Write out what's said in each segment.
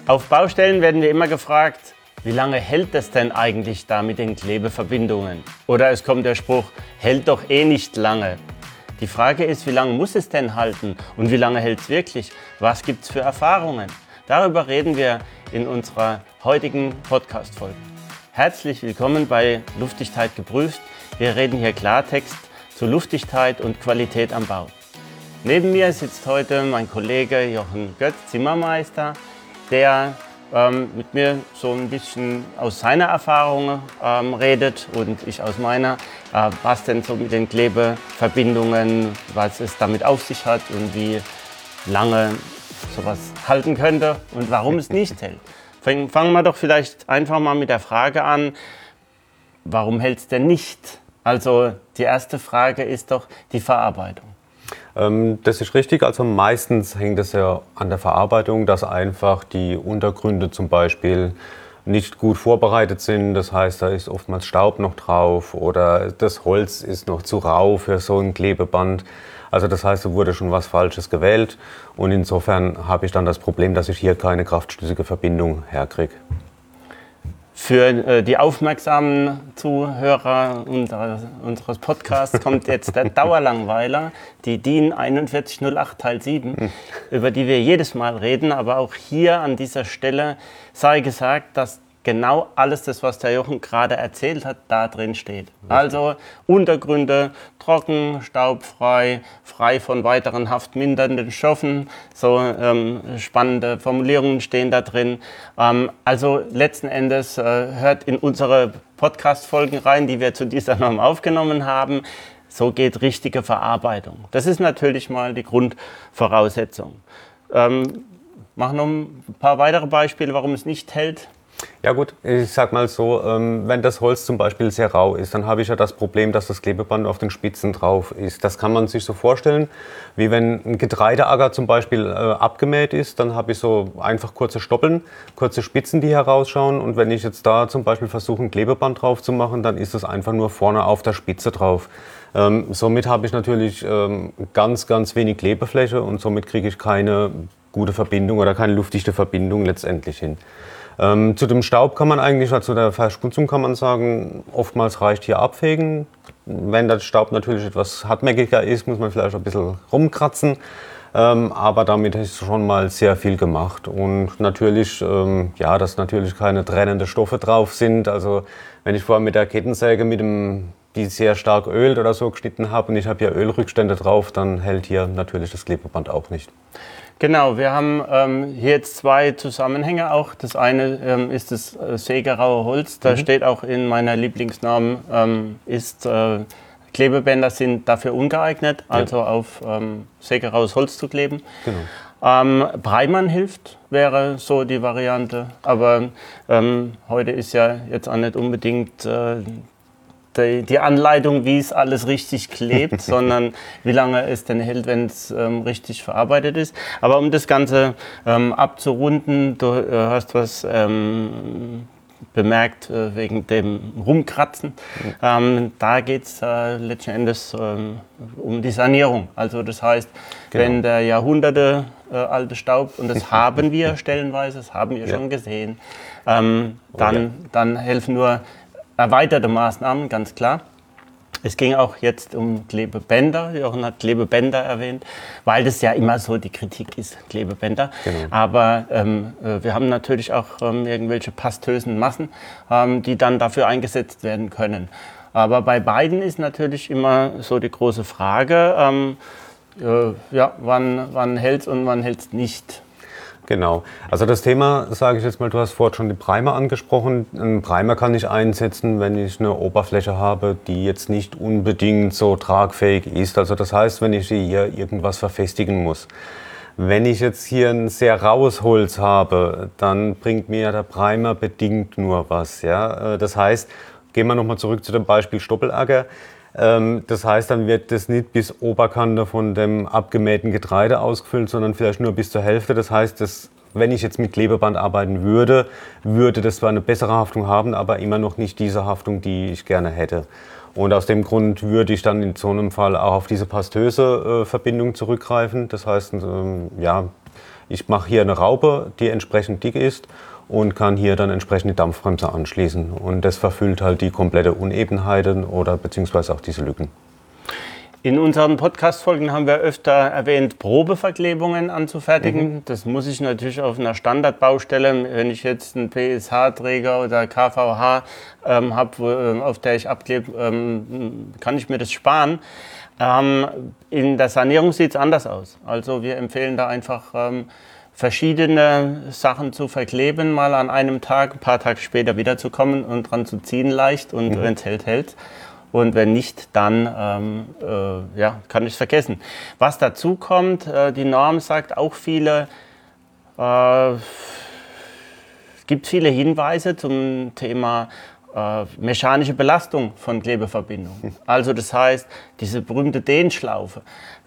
Auf Baustellen werden wir immer gefragt, wie lange hält es denn eigentlich da mit den Klebeverbindungen? Oder es kommt der Spruch, hält doch eh nicht lange. Die Frage ist, wie lange muss es denn halten und wie lange hält es wirklich? Was gibt es für Erfahrungen? Darüber reden wir in unserer heutigen Podcast-Folge. Herzlich willkommen bei Luftdichtheit geprüft. Wir reden hier Klartext zu Luftdichtheit und Qualität am Bau. Neben mir sitzt heute mein Kollege Jochen Götz, Zimmermeister, der mit mir so ein bisschen aus seiner Erfahrung redet und ich aus meiner, was denn so mit den Klebeverbindungen, was es damit auf sich hat und wie lange sowas halten könnte und warum es nicht hält. Fangen wir doch vielleicht einfach mal mit der Frage an, warum hält es denn nicht? Also die erste Frage ist doch die Verarbeitung. Das ist richtig, also meistens hängt es ja an der Verarbeitung, dass einfach die Untergründe zum Beispiel nicht gut vorbereitet sind. Das heißt, da ist oftmals Staub noch drauf oder das Holz ist noch zu rau für so ein Klebeband. Also das heißt, da wurde schon was Falsches gewählt und insofern habe ich dann das Problem, dass ich hier keine kraftschlüssige Verbindung herkriege. Für die aufmerksamen Zuhörer unseres Podcasts kommt jetzt der Dauerlangweiler, die DIN 4108 Teil 7, über die wir jedes Mal reden. Aber auch hier an dieser Stelle sei gesagt, dass genau alles das, was der Jochen gerade erzählt hat, da drin steht. Also Untergründe trocken, staubfrei, frei von weiteren haftmindernden Stoffen. So spannende Formulierungen stehen da drin. Also letzten Endes hört in unsere Podcast-Folgen rein, die wir zu dieser Norm aufgenommen haben. So geht richtige Verarbeitung. Das ist natürlich mal die Grundvoraussetzung. Mach noch ein paar weitere Beispiele, warum es nicht hält. Ja gut, ich sag mal so, wenn das Holz zum Beispiel sehr rau ist, dann habe ich ja das Problem, dass das Klebeband auf den Spitzen drauf ist. Das kann man sich so vorstellen, wie wenn ein Getreideacker zum Beispiel abgemäht ist, dann habe ich so einfach kurze Stoppeln, kurze Spitzen, die herausschauen und wenn ich jetzt da zum Beispiel versuche, ein Klebeband drauf zu machen, dann ist es einfach nur vorne auf der Spitze drauf. Somit habe ich natürlich ganz wenig Klebefläche und somit kriege ich keine gute Verbindung oder keine luftdichte Verbindung letztendlich hin. Zu dem Staub kann man eigentlich, also zu der Verschmutzung kann man sagen, oftmals reicht hier abfegen. Wenn der Staub natürlich etwas hartnäckiger ist, muss man vielleicht ein bisschen rumkratzen. Aber damit ist schon mal sehr viel gemacht. Und natürlich, dass natürlich keine trennenden Stoffe drauf sind. Also wenn ich vorher mit der Kettensäge die sehr stark ölt oder so geschnitten habe und ich habe hier Ölrückstände drauf, dann hält hier natürlich das Klebeband auch nicht. Genau, wir haben hier jetzt zwei Zusammenhänge auch. Das eine ist das sägeraue Holz. Da steht auch in meiner Lieblingsnorm, Klebebänder sind dafür ungeeignet, also auf sägeraues Holz zu kleben. Genau. Breimann hilft, wäre so die Variante. Aber heute ist ja jetzt auch nicht unbedingt die Anleitung, wie es alles richtig klebt, sondern wie lange es denn hält, wenn es richtig verarbeitet ist. Aber um das Ganze abzurunden, du hast was bemerkt wegen dem Rumkratzen. Da geht es letzten Endes um die Sanierung. Also das heißt, wenn der Jahrhunderte alte Staub, und das haben wir stellenweise, das haben wir schon gesehen, dann helfen nur erweiterte Maßnahmen, ganz klar. Es ging auch jetzt um Klebebänder. Jochen hat Klebebänder erwähnt, weil das ja immer so die Kritik ist, Klebebänder. Genau. Aber wir haben natürlich auch irgendwelche pastösen Massen, die dann dafür eingesetzt werden können. Aber bei beiden ist natürlich immer so die große Frage, wann hält es und wann hält es nicht. Genau. Also das Thema, sage ich jetzt mal, du hast vorhin schon die Primer angesprochen. Einen Primer kann ich einsetzen, wenn ich eine Oberfläche habe, die jetzt nicht unbedingt so tragfähig ist. Also das heißt, wenn ich hier irgendwas verfestigen muss. Wenn ich jetzt hier ein sehr raues Holz habe, dann bringt mir der Primer bedingt nur was. Ja? Das heißt, gehen wir nochmal zurück zu dem Beispiel Stoppelacker. Das heißt, dann wird das nicht bis Oberkante von dem abgemähten Getreide ausgefüllt, sondern vielleicht nur bis zur Hälfte. Das heißt, wenn ich jetzt mit Klebeband arbeiten würde, würde das zwar eine bessere Haftung haben, aber immer noch nicht diese Haftung, die ich gerne hätte. Und aus dem Grund würde ich dann in so einem Fall auch auf diese pastöse Verbindung zurückgreifen. Das heißt, Ich mache hier eine Raupe, die entsprechend dick ist und kann hier dann entsprechend die Dampfbremse anschließen. Und das verfüllt halt die komplette Unebenheiten oder beziehungsweise auch diese Lücken. In unseren Podcast-Folgen haben wir öfter erwähnt, Probeverklebungen anzufertigen. Das muss ich natürlich auf einer Standardbaustelle, wenn ich jetzt einen PSH-Träger oder KVH habe, auf der ich abklebe, kann ich mir das sparen. In der Sanierung sieht es anders aus. Also wir empfehlen da einfach verschiedene Sachen zu verkleben, mal an einem Tag, ein paar Tage später wiederzukommen und dran zu ziehen leicht und wenn es hält, hält. Und wenn nicht, dann kann ich es vergessen. Was dazu kommt, die Norm sagt auch viele, es gibt viele Hinweise zum Thema mechanische Belastung von Klebeverbindungen. Also das heißt, diese berühmte Dehnschlaufe,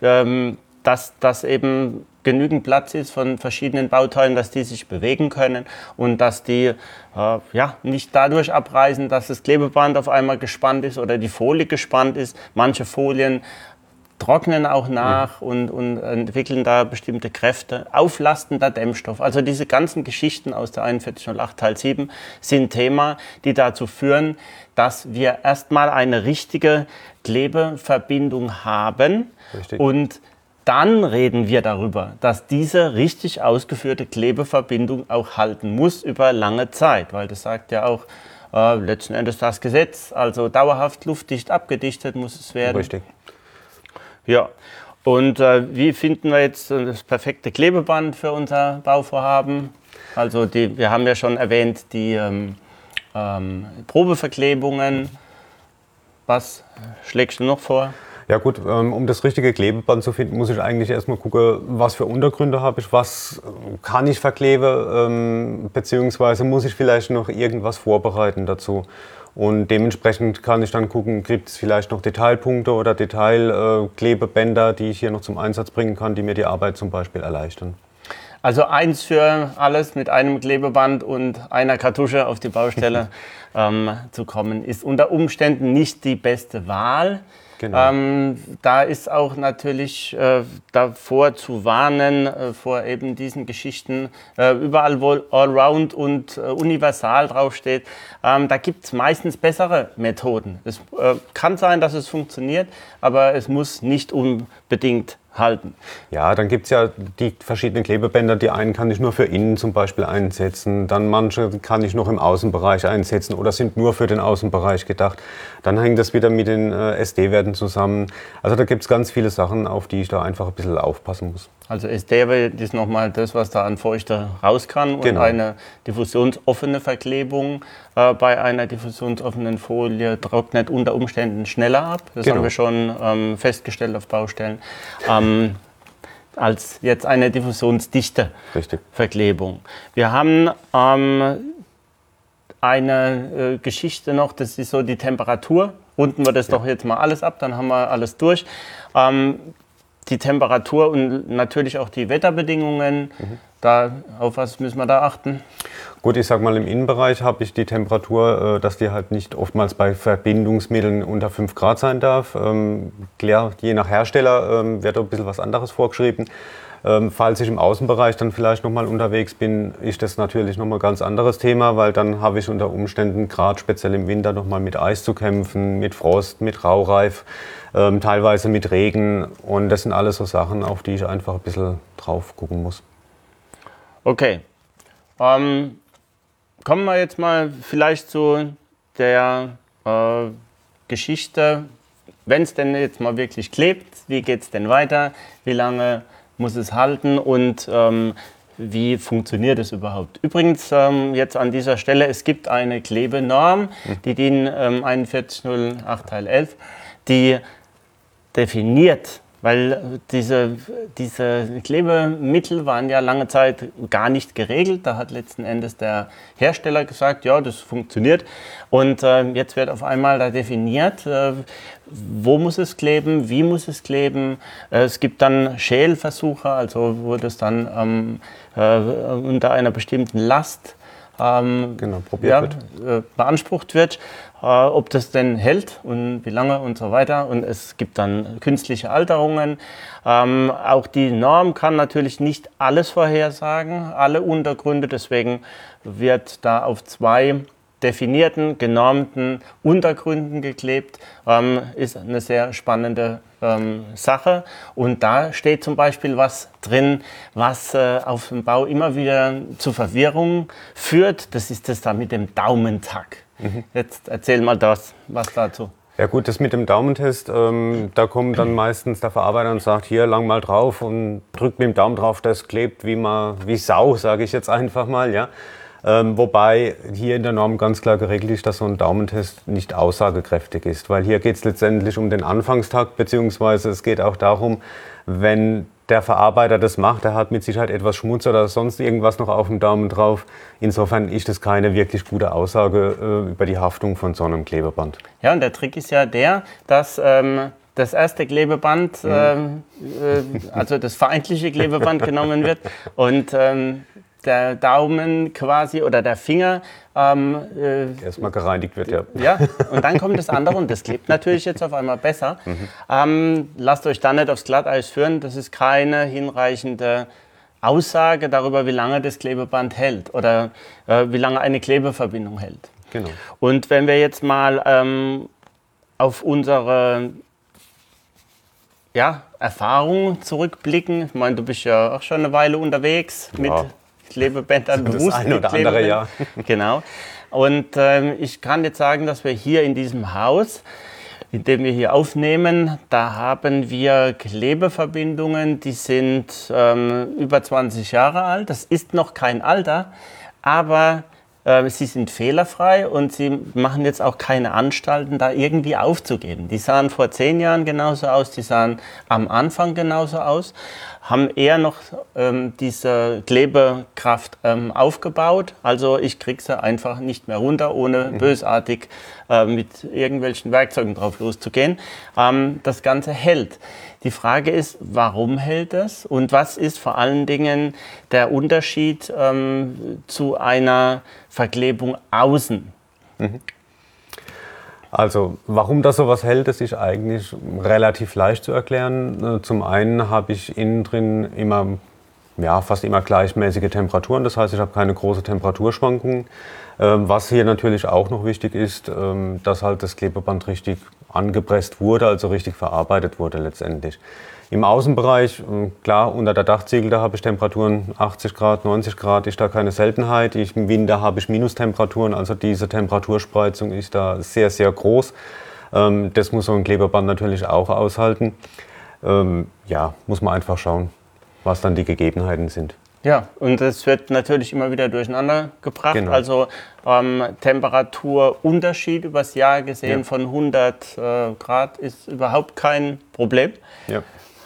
dass eben genügend Platz ist von verschiedenen Bauteilen, dass die sich bewegen können und dass die nicht dadurch abreißen, dass das Klebeband auf einmal gespannt ist oder die Folie gespannt ist. Manche Folien trocknen auch nach und entwickeln da bestimmte Kräfte. Auflastender Dämmstoff. Also diese ganzen Geschichten aus der 4108 Teil 7 sind Thema, die dazu führen, dass wir erstmal eine richtige Klebeverbindung haben. Richtig. Und dann reden wir darüber, dass diese richtig ausgeführte Klebeverbindung auch halten muss über lange Zeit, weil das sagt ja auch letzten Endes das Gesetz, also dauerhaft luftdicht abgedichtet muss es werden. Richtig. Ja, und wie finden wir jetzt das perfekte Klebeband für unser Bauvorhaben? Also wir haben ja schon erwähnt, die Probeverklebungen. Was schlägst du noch vor? Ja gut, um das richtige Klebeband zu finden, muss ich eigentlich erstmal gucken, was für Untergründe habe ich, was kann ich verkleben, beziehungsweise muss ich vielleicht noch irgendwas vorbereiten dazu. Und dementsprechend kann ich dann gucken, gibt es vielleicht noch Detailpunkte oder Detailklebebänder, die ich hier noch zum Einsatz bringen kann, die mir die Arbeit zum Beispiel erleichtern. Also eins für alles mit einem Klebeband und einer Kartusche auf die Baustelle zu kommen, ist unter Umständen nicht die beste Wahl. Genau. Da ist auch natürlich davor zu warnen, vor eben diesen Geschichten, überall wo Allround und Universal draufsteht, da gibt es meistens bessere Methoden. Es kann sein, dass es funktioniert, aber es muss nicht unbedingt halten. Ja, dann gibt es ja die verschiedenen Klebebänder. Die einen kann ich nur für innen zum Beispiel einsetzen, dann manche kann ich noch im Außenbereich einsetzen oder sind nur für den Außenbereich gedacht. Dann hängt das wieder mit den SD-Werten zusammen. Also da gibt es ganz viele Sachen, auf die ich da einfach ein bisschen aufpassen muss. Also SD-Wert ist nochmal das, was da an Feuchte raus kann und Genau. eine diffusionsoffene Verklebung bei einer diffusionsoffenen Folie trocknet unter Umständen schneller ab. Das Genau. haben wir schon festgestellt auf Baustellen. Als jetzt eine diffusionsdichte Richtig. Verklebung. Wir haben eine Geschichte noch, das ist so die Temperatur. Runden wir das doch jetzt mal alles ab, dann haben wir alles durch. Die Temperatur und natürlich auch die Wetterbedingungen, auf was müssen wir da achten? Gut, ich sag mal, im Innenbereich habe ich die Temperatur, dass die halt nicht oftmals bei Verbindungsmitteln unter 5 Grad sein darf. Klar, je nach Hersteller wird ein bisschen was anderes vorgeschrieben. Falls ich im Außenbereich dann vielleicht nochmal unterwegs bin, ist das natürlich nochmal ein ganz anderes Thema, weil dann habe ich unter Umständen gerade speziell im Winter nochmal mit Eis zu kämpfen, mit Frost, mit Raureif, teilweise mit Regen. Und das sind alles so Sachen, auf die ich einfach ein bisschen drauf gucken muss. Okay. Kommen wir jetzt mal vielleicht zu der Geschichte, wenn es denn jetzt mal wirklich klebt, wie geht es denn weiter, wie lange muss es halten und wie funktioniert es überhaupt? Übrigens, jetzt an dieser Stelle, es gibt eine Klebenorm, die DIN 4108 Teil 11, die definiert, weil diese Klebemittel waren ja lange Zeit gar nicht geregelt. Da hat letzten Endes der Hersteller gesagt, ja, das funktioniert. Und jetzt wird auf einmal da definiert, wo muss es kleben, wie muss es kleben. Es gibt dann Schälversuche, also wo das dann unter einer bestimmten Last probiert wird. Beansprucht wird, ob das denn hält und wie lange und so weiter. Und es gibt dann künstliche Alterungen. Auch die Norm kann natürlich nicht alles vorhersagen, alle Untergründe. Deswegen wird da auf 2 definierten, genormten Untergründen geklebt, ist eine sehr spannende Sache. Und da steht zum Beispiel was drin, was auf dem Bau immer wieder zu Verwirrung führt. Das ist das da mit dem Daumentack. Jetzt erzähl mal was dazu. Ja gut, das mit dem Daumentest, da kommt dann meistens der Verarbeiter und sagt, hier, lang mal drauf und drückt mit dem Daumen drauf, das klebt wie Sau, sage ich jetzt einfach mal, ja. Wobei hier in der Norm ganz klar geregelt ist, dass so ein Daumentest nicht aussagekräftig ist, weil hier geht es letztendlich um den Anfangstakt, beziehungsweise es geht auch darum, wenn der Verarbeiter das macht, der hat mit Sicherheit etwas Schmutz oder sonst irgendwas noch auf dem Daumen drauf. Insofern ist das keine wirklich gute Aussage über die Haftung von so einem Klebeband. Ja, und der Trick ist ja der, dass das erste Klebeband, also das feindliche Klebeband genommen wird und der Daumen quasi oder der Finger erstmal gereinigt wird, ja. Ja, und dann kommt das andere und das klebt natürlich jetzt auf einmal besser. Lasst euch da nicht aufs Glatteis führen, das ist keine hinreichende Aussage darüber, wie lange das Klebeband hält oder wie lange eine Klebeverbindung hält. Genau. Und wenn wir jetzt mal auf unsere Erfahrung zurückblicken, ich meine, du bist ja auch schon eine Weile unterwegs mit Klebebändern, bewusst mit Klebebändern. Ja. Genau. Und ich kann jetzt sagen, dass wir hier in diesem Haus, in dem wir hier aufnehmen, da haben wir Klebeverbindungen, die sind über 20 Jahre alt. Das ist noch kein Alter, aber sie sind fehlerfrei und sie machen jetzt auch keine Anstalten, da irgendwie aufzugeben. Die sahen vor 10 Jahren genauso aus, die sahen am Anfang genauso aus, haben eher noch diese Klebekraft aufgebaut. Also ich kriege sie einfach nicht mehr runter, ohne bösartig mit irgendwelchen Werkzeugen drauf loszugehen. Das Ganze hält. Die Frage ist, warum hält es und was ist vor allen Dingen der Unterschied zu einer Verklebung außen? Also, warum das sowas hält, das ist eigentlich relativ leicht zu erklären. Zum einen habe ich innen drin fast immer gleichmäßige Temperaturen, das heißt, ich habe keine großen Temperaturschwankungen. Was hier natürlich auch noch wichtig ist, dass halt das Klebeband richtig angepresst wurde, also richtig verarbeitet wurde letztendlich. Im Außenbereich, klar, unter der Dachziegel, da habe ich Temperaturen 80 Grad, 90 Grad, ist da keine Seltenheit. Im Winter habe ich Minustemperaturen, also diese Temperaturspreizung ist da sehr, sehr groß. Das muss so ein Klebeband natürlich auch aushalten. Muss man einfach schauen, was dann die Gegebenheiten sind. Ja, und es wird natürlich immer wieder durcheinander gebracht. Genau. Also Temperaturunterschied übers Jahr gesehen von 100 Grad ist überhaupt kein Problem. Ja.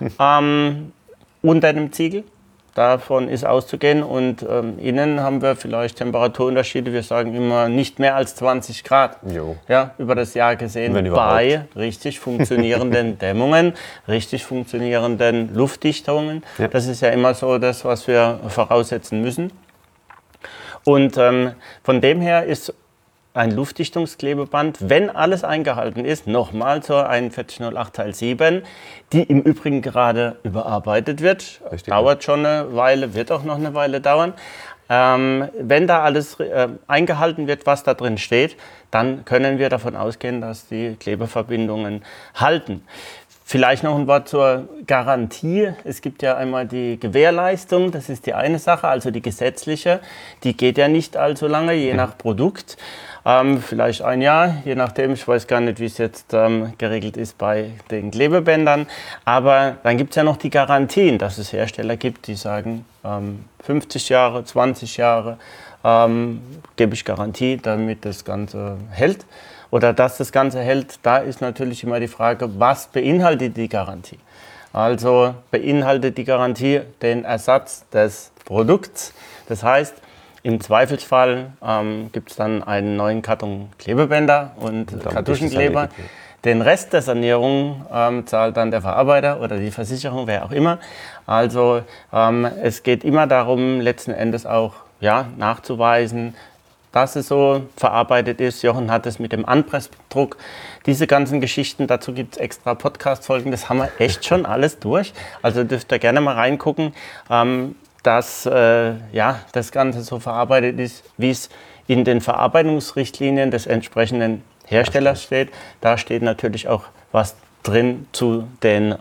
Unter dem Ziegel, davon ist auszugehen. Und innen haben wir vielleicht Temperaturunterschiede, wir sagen immer nicht mehr als 20 Grad. Ja, über das Jahr gesehen bei richtig funktionierenden Dämmungen, richtig funktionierenden Luftdichtungen. Ja. Das ist ja immer so das, was wir voraussetzen müssen. Und von dem her ist ein Luftdichtungsklebeband, wenn alles eingehalten ist, nochmal zur 4108 Teil 7, die im Übrigen gerade überarbeitet wird. Richtig. Dauert schon eine Weile, wird auch noch eine Weile dauern. Wenn da alles eingehalten wird, was da drin steht, dann können wir davon ausgehen, dass die Klebeverbindungen halten. Vielleicht noch ein Wort zur Garantie. Es gibt ja einmal die Gewährleistung, das ist die eine Sache, also die gesetzliche. Die geht ja nicht allzu lange, je nach Produkt. Vielleicht ein Jahr, je nachdem. Ich weiß gar nicht, wie es jetzt geregelt ist bei den Klebebändern. Aber dann gibt es ja noch die Garantien, dass es Hersteller gibt, die sagen, 50 Jahre, 20 Jahre gebe ich Garantie, damit das Ganze hält. Oder dass das Ganze hält, da ist natürlich immer die Frage, was beinhaltet die Garantie? Also beinhaltet die Garantie den Ersatz des Produkts. Das heißt, im Zweifelsfall gibt es dann einen neuen Karton Klebebänder und Kartuschenkleber. Den Rest der Sanierung zahlt dann der Verarbeiter oder die Versicherung, wer auch immer. Also es geht immer darum, letzten Endes auch nachzuweisen, dass es so verarbeitet ist. Jochen hat es mit dem Anpressdruck. Diese ganzen Geschichten, dazu gibt es extra Podcast-Folgen. Das haben wir echt schon alles durch. Also dürft ihr gerne mal reingucken, dass das Ganze so verarbeitet ist, wie es in den Verarbeitungsrichtlinien des entsprechenden Herstellers steht. Da steht natürlich auch was drin zu den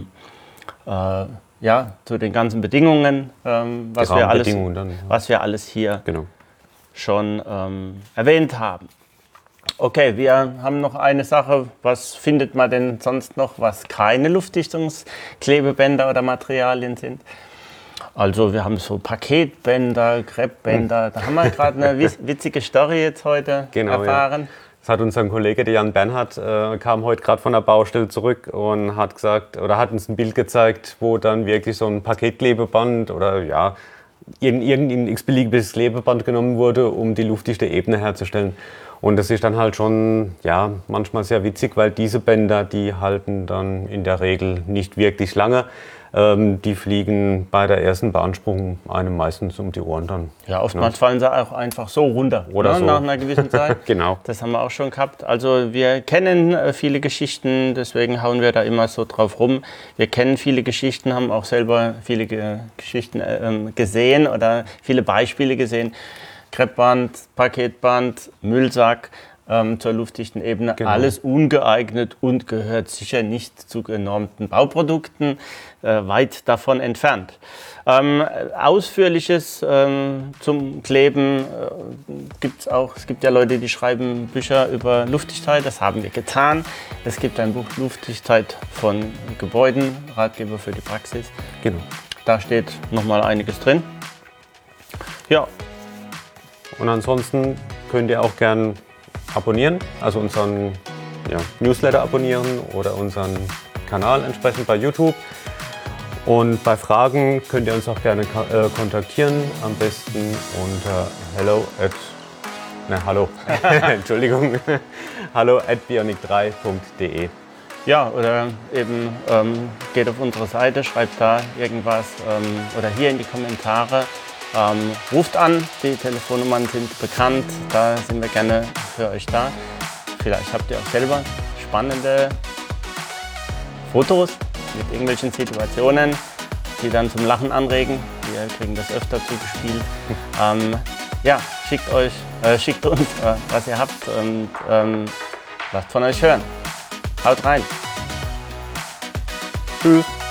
zu den ganzen Bedingungen, was wir alles hier schon erwähnt haben. Okay, wir haben noch eine Sache. Was findet man denn sonst noch, was keine Luftdichtungsklebebänder oder Materialien sind? Also wir haben so Paketbänder, Kreppbänder. Da haben wir gerade eine witzige Story jetzt heute erfahren. Ja. Das hat unser Kollege, der Jan Bernhard, kam heute gerade von der Baustelle zurück und hat gesagt oder hat uns ein Bild gezeigt, wo dann wirklich so ein Paketklebeband oder irgendein x-beliebiges Klebeband genommen wurde, um die luftdichte Ebene herzustellen. Und das ist dann halt schon manchmal sehr witzig, weil diese Bänder, die halten dann in der Regel nicht wirklich lange. Die fliegen bei der ersten Beanspruchung einem meistens um die Ohren dann. Ja, oftmals fallen sie auch einfach so runter oder so. Nach einer gewissen Zeit. Genau. Das haben wir auch schon gehabt. Also wir kennen viele Geschichten, deswegen hauen wir da immer so drauf rum. Wir kennen viele Geschichten, haben auch selber viele Geschichten gesehen oder viele Beispiele gesehen. Kreppband, Paketband, Müllsack. Zur luftdichten Ebene. Genau. Alles ungeeignet und gehört sicher nicht zu genormten Bauprodukten, weit davon entfernt. Ausführliches zum Kleben gibt es auch. Es gibt ja Leute, die schreiben Bücher über Luftdichtheit, das haben wir getan. Es gibt ein Buch Luftdichtheit von Gebäuden, Ratgeber für die Praxis. Genau. Da steht nochmal einiges drin. Ja. Und ansonsten könnt ihr auch gern abonnieren, also unseren Newsletter abonnieren oder unseren Kanal entsprechend bei YouTube. Und bei Fragen könnt ihr uns auch gerne kontaktieren, am besten unter hello@bionic3.de. Ja, oder eben geht auf unsere Seite, schreibt da irgendwas oder hier in die Kommentare. Ruft an, die Telefonnummern sind bekannt, da sind wir gerne für euch da. Vielleicht habt ihr auch selber spannende Fotos mit irgendwelchen Situationen, die dann zum Lachen anregen. Wir kriegen das öfter zugespielt. Schickt uns, was ihr habt und lasst von euch hören. Haut rein. Tschüss.